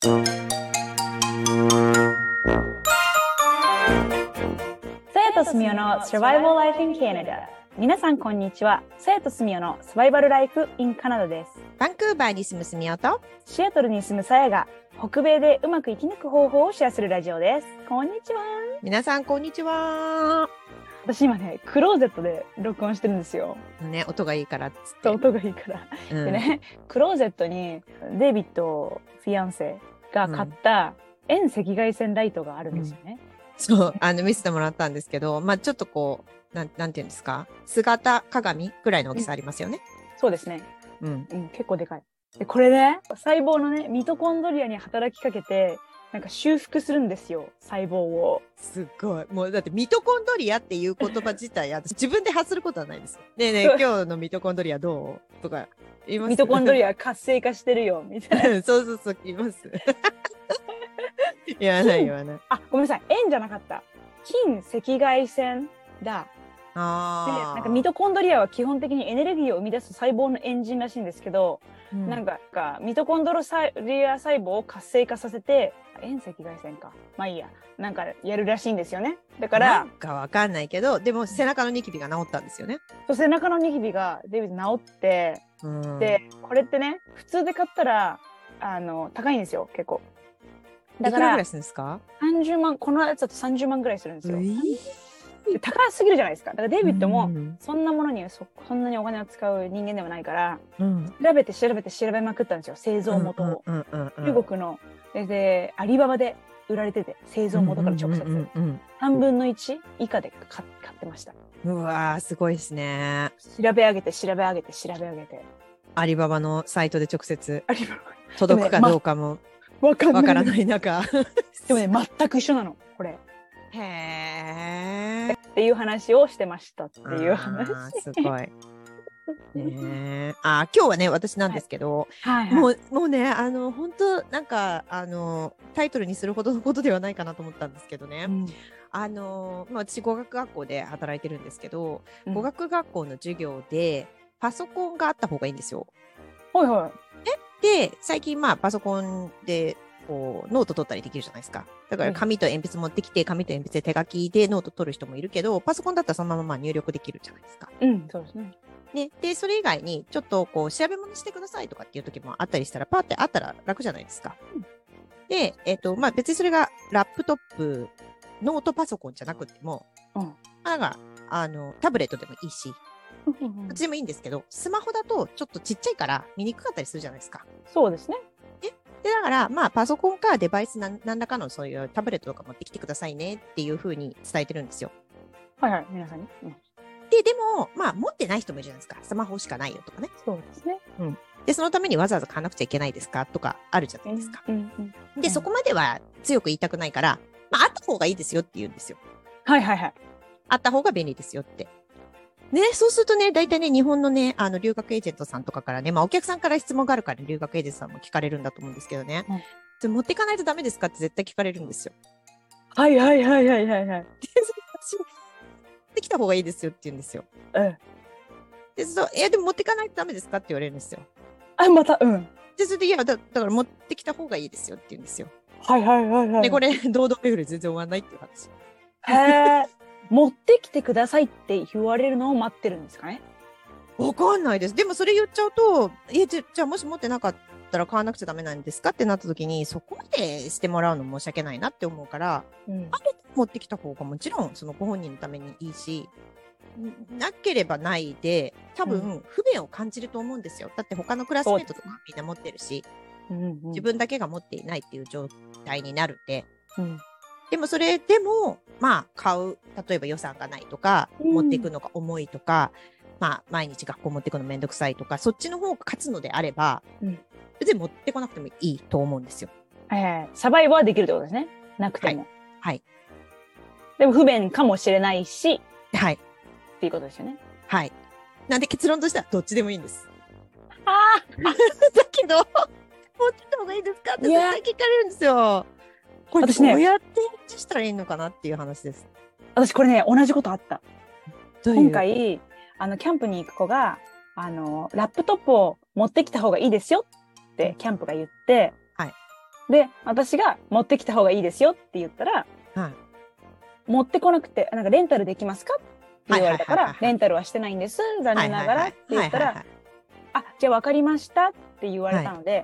さやとすみおの Survival Life in Canada。 皆さんこんにちは。さやとすみおのサバイバルライフ in カナダです。 バンクーバーに住むすみおとシアトルに住むさやが北米でうまく生き抜く方法をシェアするラジオです。こんにちは。 皆さんこんにちは。 私今ね、クローゼットで録音してるんですよ。 ね、音がいいからっつって。 音がいいから、でね、クローゼットにデイビッドフィアンセが買った遠赤外線ライトがあるんですよね。 そう見せてもらったんですけど、ちょっとこうなんていうんですか、姿鏡ぐらいの大きさありますよね。 そうですね。結構でかい。でこれね、細胞のねミトコンドリアに働きかけてなんか修復するんですよ、細胞を。 すごい。もうだってミトコンドリアっていう言葉自体私自分で発することはないですよ。ねえねえ今日のミトコンドリアどうとか言います。 ミトコンドリア活性化してるよみたいな。 そう言います言わない。 あ、ごめんなさい、円じゃなかった。近赤外線だ。でなんかミトコンドリアは基本的にエネルギーを生み出す細胞のエンジンらしいんですけど、なんかミトコンドリア細胞を活性化させて、遠赤外線か、まあいいや、なんかやるらしいんですよね。だからなんかわかんないけど、でも背中のニキビが治ったんですよね。 そう、背中のニキビがデビッド治って、でこれってね、普通で買ったら高いんですよ、結構。 だからいくらぐらいするんですか ？30万、このやつだと30万ぐらいするんですよ。高すぎるじゃないですか。だからデイビッドもそんなものにそんなにお金を使う人間ではないから、調べまくったんですよ、製造元を。中国のでアリババで売られてて、製造元から直接3分の1以下で買ってました。 うわー、すごいですね。 調べ上げてアリババのサイトで直接アリババ届くかどうかもわからない中でもね、全く一緒なのこれ。 へーっていう話をしてましたっていう話。 すごい今日はね、私なんですけど、もうね、本当なんかタイトルにするほどのことではないかなと思ったんですけどね、私語学学校で働いてるんですけど、語学学校の授業でパソコンがあった方がいいんですよ。で最近パソコンでこうノート取ったりできるじゃないですか。だから紙と鉛筆持ってきて、紙と鉛筆で手書きでノート取る人もいるけど、パソコンだったらそのまま入力できるじゃないですか。 そうですね。 でそれ以外にちょっとこう調べ物してくださいとかっていう時もあったりしたら、パーってあったら楽じゃないですか。で、別にそれがラップトップ、ノートパソコンじゃなくても、なんかタブレットでもいいし、どっちでもいいんですけど、スマホだとちょっとちっちゃいから見にくかったりするじゃないですか。 そうですね。 でだからパソコンかデバイス何らかのそういうタブレットとか持ってきてくださいねっていう風に伝えてるんですよ。 皆さんに。 でも持ってない人もいるじゃないですか。スマホしかないよとかね。 そうですね。 でそのためにわざわざ買わなくちゃいけないですかとかあるじゃないですか。でそこまでは強く言いたくないから、あった方がいいですよって言うんですよ。あった方が便利ですよって。ね、そうするとね、大体ね、日本のね、留学エージェントさんとかからね、お客さんから質問があるから留学エージェントさんも聞かれるんだと思うんですけどね。持っていかないとダメですかって絶対聞かれるんですよ。 で、 できた方がいいですよって言うんですよ。で、でも持っていかないとダメですかって言われるんですよ。で、それで、だから持ってきた方がいいですよって言うんですよ。で、これ、堂々巡り全然終わんないっていう話。 持ってきてくださいって言われるのを待ってるんですかね。 わかんないです。でもそれ言っちゃうと、じゃあもし持ってなかったら買わなくちゃダメなんですかってなった時に、そこまでしてもらうの申し訳ないなって思うから、あれ持ってきた方がもちろんそのご本人のためにいいし、なければないで多分不便を感じると思うんですよ。だって他のクラスメートとかみんな持ってるし、自分だけが持っていないっていう状態になるんで、でもそれでも買う、例えば予算がないとか、持っていくのが重いとか、毎日学校持っていくのめんどくさいとか、そっちの方が勝つのであれば、別に持ってこなくてもいいと思うんですよ。 サバイバーはできるってことですね。なくても。でも不便かもしれないし、っていうことですよね。 なんで結論としてはどっちでもいいんです。だけど持ってった方がいいですかって絶対聞かれるんですよ。これどうやって返事したらいいのかなっていう話です。 私これね、同じことあった。今回キャンプに行く子がラップトップを持ってきた方がいいですよってキャンプが言って、 で、私が持ってきた方がいいですよって言ったら、 はい、 持ってこなくて、なんかレンタルできますかって言われたから、レンタルはしてないんです。残念ながらって言ったら、あ、じゃあ分かりましたって言われたので、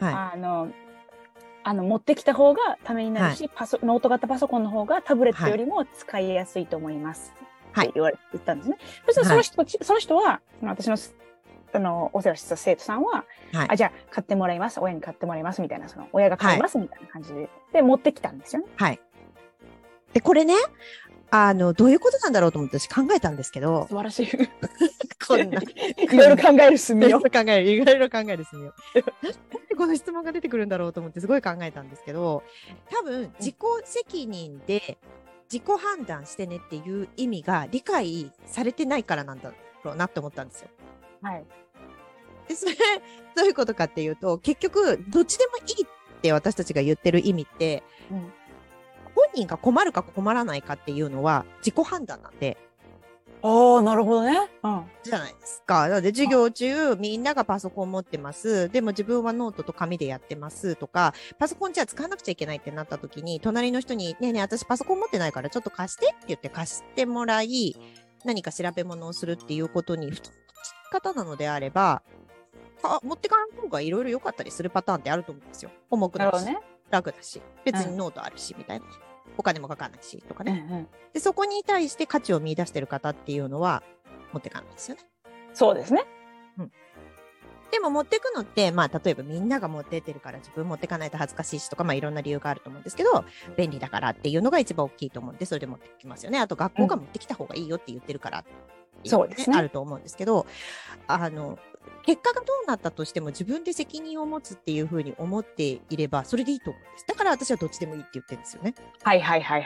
持ってきた方がためになるし、ノート型パソコンの方がタブレットよりも使いやすいと思います。って言ったんですね。そしたらその人は、私のお世話した生徒さんは、じゃあ買ってもらいます。親に買ってもらいますみたいな、親が買いますみたいな感じで持ってきたんですよね。 はい。で、これね、どういうことなんだろうと思って私考えたんですけど。 素晴らしい。 こんな。 いろいろ考えるすみよ。 いろいろ考えるすみよ。なんでこの質問が出てくるんだろうと思ってすごい考えたんですけど、多分自己責任で自己判断してねっていう意味が理解されてないからなんだろうなって思ったんですよ。 はい。 で、それ、どういうことかっていうと、結局、どっちでもいいって私たちが言ってる意味って、本人が困るか困らないかっていうのは自己判断なんで。 ああ、なるほどね。 じゃないですか。なので、授業中、みんながパソコン持ってます。でも自分はノートと紙でやってますとか、パソコンじゃ使わなくちゃいけないってなった時に、隣の人に、ねえねえ、私パソコン持ってないからちょっと貸してって言って貸してもらい、何か調べ物をするっていうことに、普通の方なのであれば、持ってかん方がいろいろ良かったりするパターンってあると思うんですよ。重くなるし、楽だし、別にノートあるし、みたいな。お金もかかんないし、とかね。で、そこに対して価値を見出してる方っていうのは、持ってかないですよね。 そうですね。 でも持ってくのって、まあ、例えばみんなが持ってってるから自分持ってかないと恥ずかしいしとか、まあ、いろんな理由があると思うんですけど、便利だからっていうのが一番大きいと思うんで、それで持ってきますよね。あと、学校が持ってきた方がいいよって言ってるからっていうの、 そうですね。 あると思うんですけど、結果がどうなったとしても自分で責任を持つっていうふうに思っていれば、それでいいと思うんです。だから私はどっちでもいいって言ってるんですよね。 はい。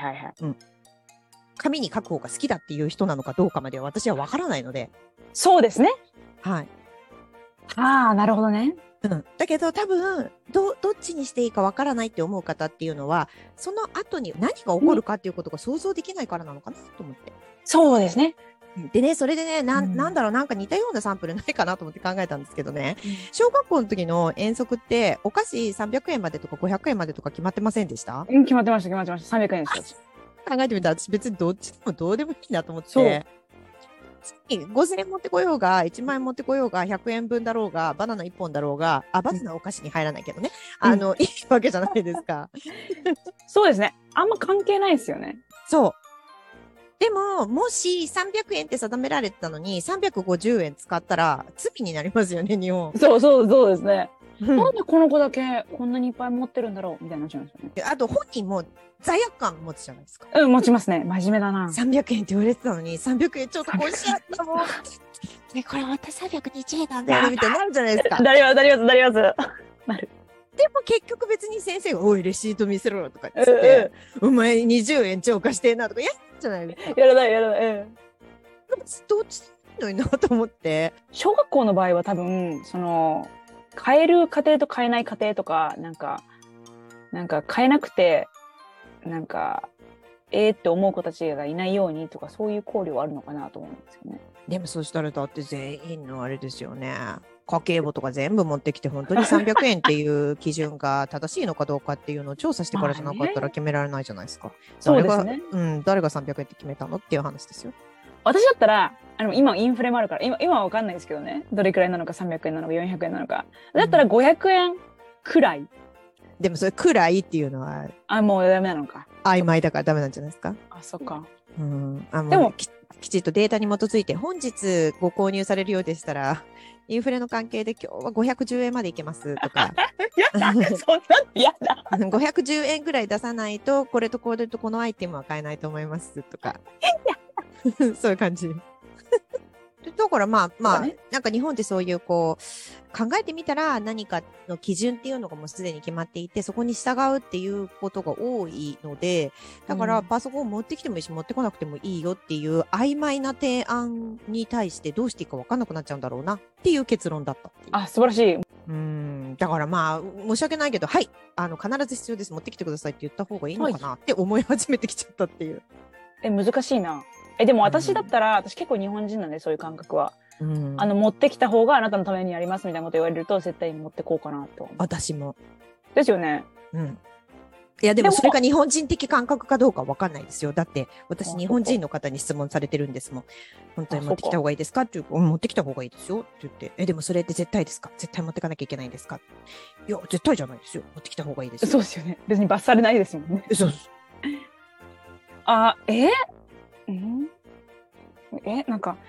紙に書く方が好きだっていう人なのかどうかまでは私は分からないので。 そうですね。 はい。 ああ、なるほどね。 だけど多分どっちにしていいかわからないって思う方っていうのは、その後に何が起こるかっていうことが想像できないからなのかなと思って。 そうですね。 でね、それでね、なんだろう、なんか似たようなサンプルないかなと思って考えたんですけどね、小学校の時の遠足ってお菓子300円までとか500円までとか決まってませんでした？ 決まってました。300円です。 考えてみたら私別にどっちでもどうでもいいなと思って。5000円持ってこようが、1万円持ってこようが、100円分だろうが、バナナ1本だろうが、バナナお菓子に入らないけどね。いいわけじゃないですか。 そうですね。あんま関係ないですよね。 そう。でも、もし300円って定められてたのに、350円使ったら罪になりますよね、日本。 そうですね。なんでこの子だけこんなにいっぱい持ってるんだろうみたいになっちゃうんですよね。 あと、本人も罪悪感持つじゃないですか。 持ちますね。真面目だな。 300円って言われてたのに、300円ちょっと欲しかったもん。ね、これまた320円なんだよね、みたいになるじゃないですか。 なります。なる。 でも結局別に先生が、おい、レシート見せろよとか言って、お前20円超過してんなとかやるじゃないですか。 やらない。 どっちでいいのになと思って。 小学校の場合は多分、買える家庭と買えない家庭とか、なんか買えなくて、って思う子たちがいないようにとか、そういう考慮はあるのかなと思うんですよね。 でもそしたらだって全員のあれですよね。家計簿とか全部持ってきて本当に300円っていう基準が正しいのかどうかっていうのを調査してからじゃなかったら決められないじゃないですか。 そうですね。 誰が300円って決めたのっていう話ですよ。 私だったら、今インフレもあるから、今はわかんないですけどね。どれくらいなのか300円なのか400円なのか。だったら500円くらい。 でもそれくらいっていうのは。 もうダメなのか。 曖昧だからダメなんじゃないですか。 そっか。 でもきちっとデータに基づいて本日ご購入されるようでしたら、インフレの関係で今日は510円までいけますとか。 やだ、そんなやだ。 510円ぐらい出さないと、これとこれとこのアイテムは買えないと思いますとか。そういう感じ。だからまあ、なんか日本ってそういう考えてみたら何かの基準っていうのがもうすでに決まっていて、そこに従うっていうことが多いので、だからパソコンを持ってきてもいいし、持ってこなくてもいいよっていう曖昧な提案に対してどうしていいか分かんなくなっちゃうんだろうなっていう結論だったっていう。 素晴らしい。 だからまあ、申し訳ないけど、はい、必ず必要です。持ってきてくださいって言った方がいいのかなって思い始めてきちゃったっていう。 難しいな。でも私だったら、私結構日本人なんで、そういう感覚は。持ってきた方があなたのためになりますみたいなこと言われると、絶対に持ってこうかなと。 私も。 ですよね。 うん。いや、でもそれが日本人的感覚かどうかわかんないですよ。だって、私日本人の方に質問されてるんですもん。本当に持ってきた方がいいですかっていう、持ってきた方がいいですよって言って、でもそれって絶対ですか？絶対持ってかなきゃいけないんですか？いや、絶対じゃないですよ。持ってきた方がいいですよ。 そうですよね。別に罰されないですもんね。 そうです。 なんか、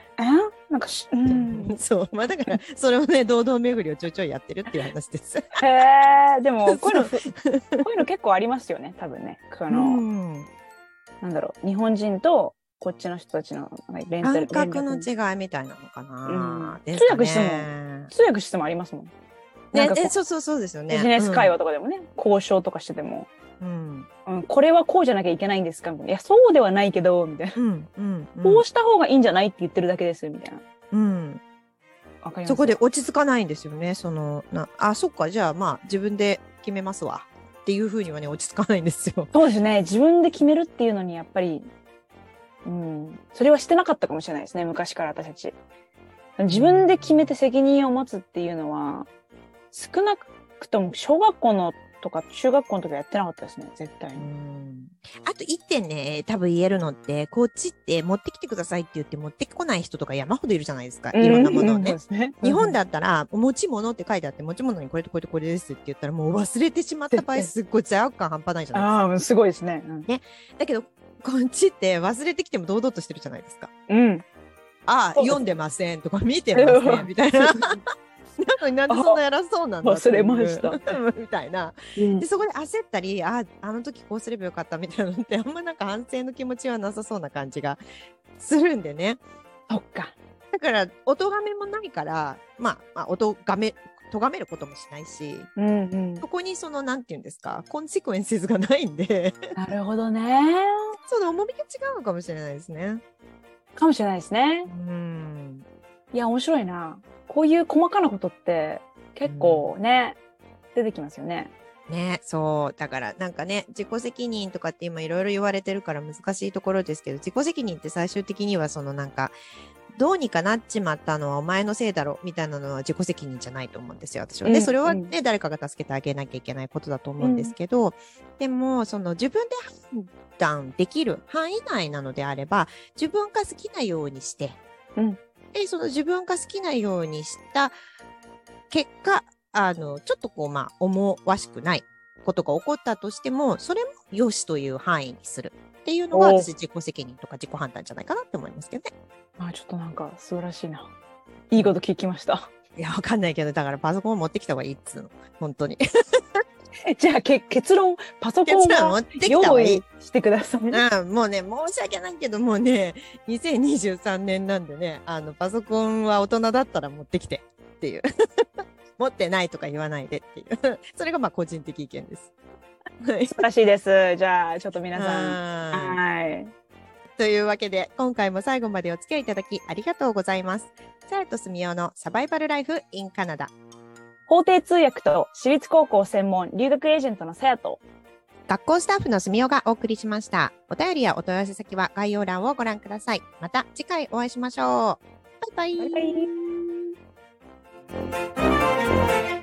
そう。まあだから、それをね、堂々巡りをちょいちょいやってるっていう話です。 でも、こういうの結構ありますよね、多分ね。なんだろう、日本人とこっちの人たちのレンタル感覚の違いみたいなのかな。 通訳してもありますもん。 そうですよね。 ビジネス会話とかでもね、交渉とかしてても。これはこうじゃなきゃいけないんですかみたいな。いや、そうではないけど、みたいな。こうした方がいいんじゃないって言ってるだけです、みたいな。わかります。 そこで落ち着かないんですよね。そっか、じゃあまあ自分で決めますわ。っていうふうにはね、落ち着かないんですよ。 そうですね。自分で決めるっていうのに、やっぱり、それはしてなかったかもしれないですね。昔から私たち。自分で決めて責任を持つっていうのは、少なくとも小学校のとか中学校の時はやってなかったですね、絶対に。 あと一点ね、多分言えるのって、こっちって持ってきてくださいって言って持ってこない人とか山ほどいるじゃないですか。いろんなものをね。日本だったら、持ち物って書いてあって、持ち物にこれとこれとこれですって言ったら、もう忘れてしまった場合、すっごい罪悪感半端ないじゃないですか。 すごいですね。 ね。だけど、こっちって忘れてきても堂々としてるじゃないですか。読んでませんとか見てませんみたいな。なんでそんな偉そうなんだ忘れましたみたいな、でそこで焦ったりあの時こうすればよかったみたいなのってあんまなんか反省の気持ちはなさそうな感じがするんでね。 そっか。 だからお咎めもないから咎めることもしないし、そこになんていうんですかコンシクエンスがないんでなるほどね。 その重みが違うのかもしれないですね。 かもしれないですね。いや面白いな。こういう細かなことって結構ね、出てきますよね。 ね、そう。だからなんかね、自己責任とかって今いろいろ言われてるから難しいところですけど、自己責任って最終的にはなんか、どうにかなっちまったのはお前のせいだろみたいなのは自己責任じゃないと思うんですよ、私はね。それはね、誰かが助けてあげなきゃいけないことだと思うんですけど、でも、自分で判断できる範囲内なのであれば、自分が好きなようにして、で、自分が好きなようにした結果、ちょっと思わしくないことが起こったとしても、それも良しという範囲にするっていうのが、私、自己責任とか自己判断じゃないかなって思いますけどね。 ちょっとなんか素晴らしいな。いいこと聞きました。 いや、わかんないけど、だからパソコンを持ってきた方がいいっつうの。本当に。 じゃあ結論、パソコンを用意してください。 もうね、申し訳ないけど、もうね、2023年なんでね、パソコンは大人だったら持ってきてっていう。持ってないとか言わないでっていう。それが個人的意見です。 素晴らしいです。じゃあ、ちょっと皆さん。はい。 というわけで、今回も最後までお付き合いいただきありがとうございます。さやとすみおのサバイバルライフ in カナダ。 法廷通訳と私立高校専門留学エージェントのさやと学校スタッフのすみおがお送りしました。お便りやお問い合わせ先は概要欄をご覧ください。また次回お会いしましょう。バイバイ。 バイバイ。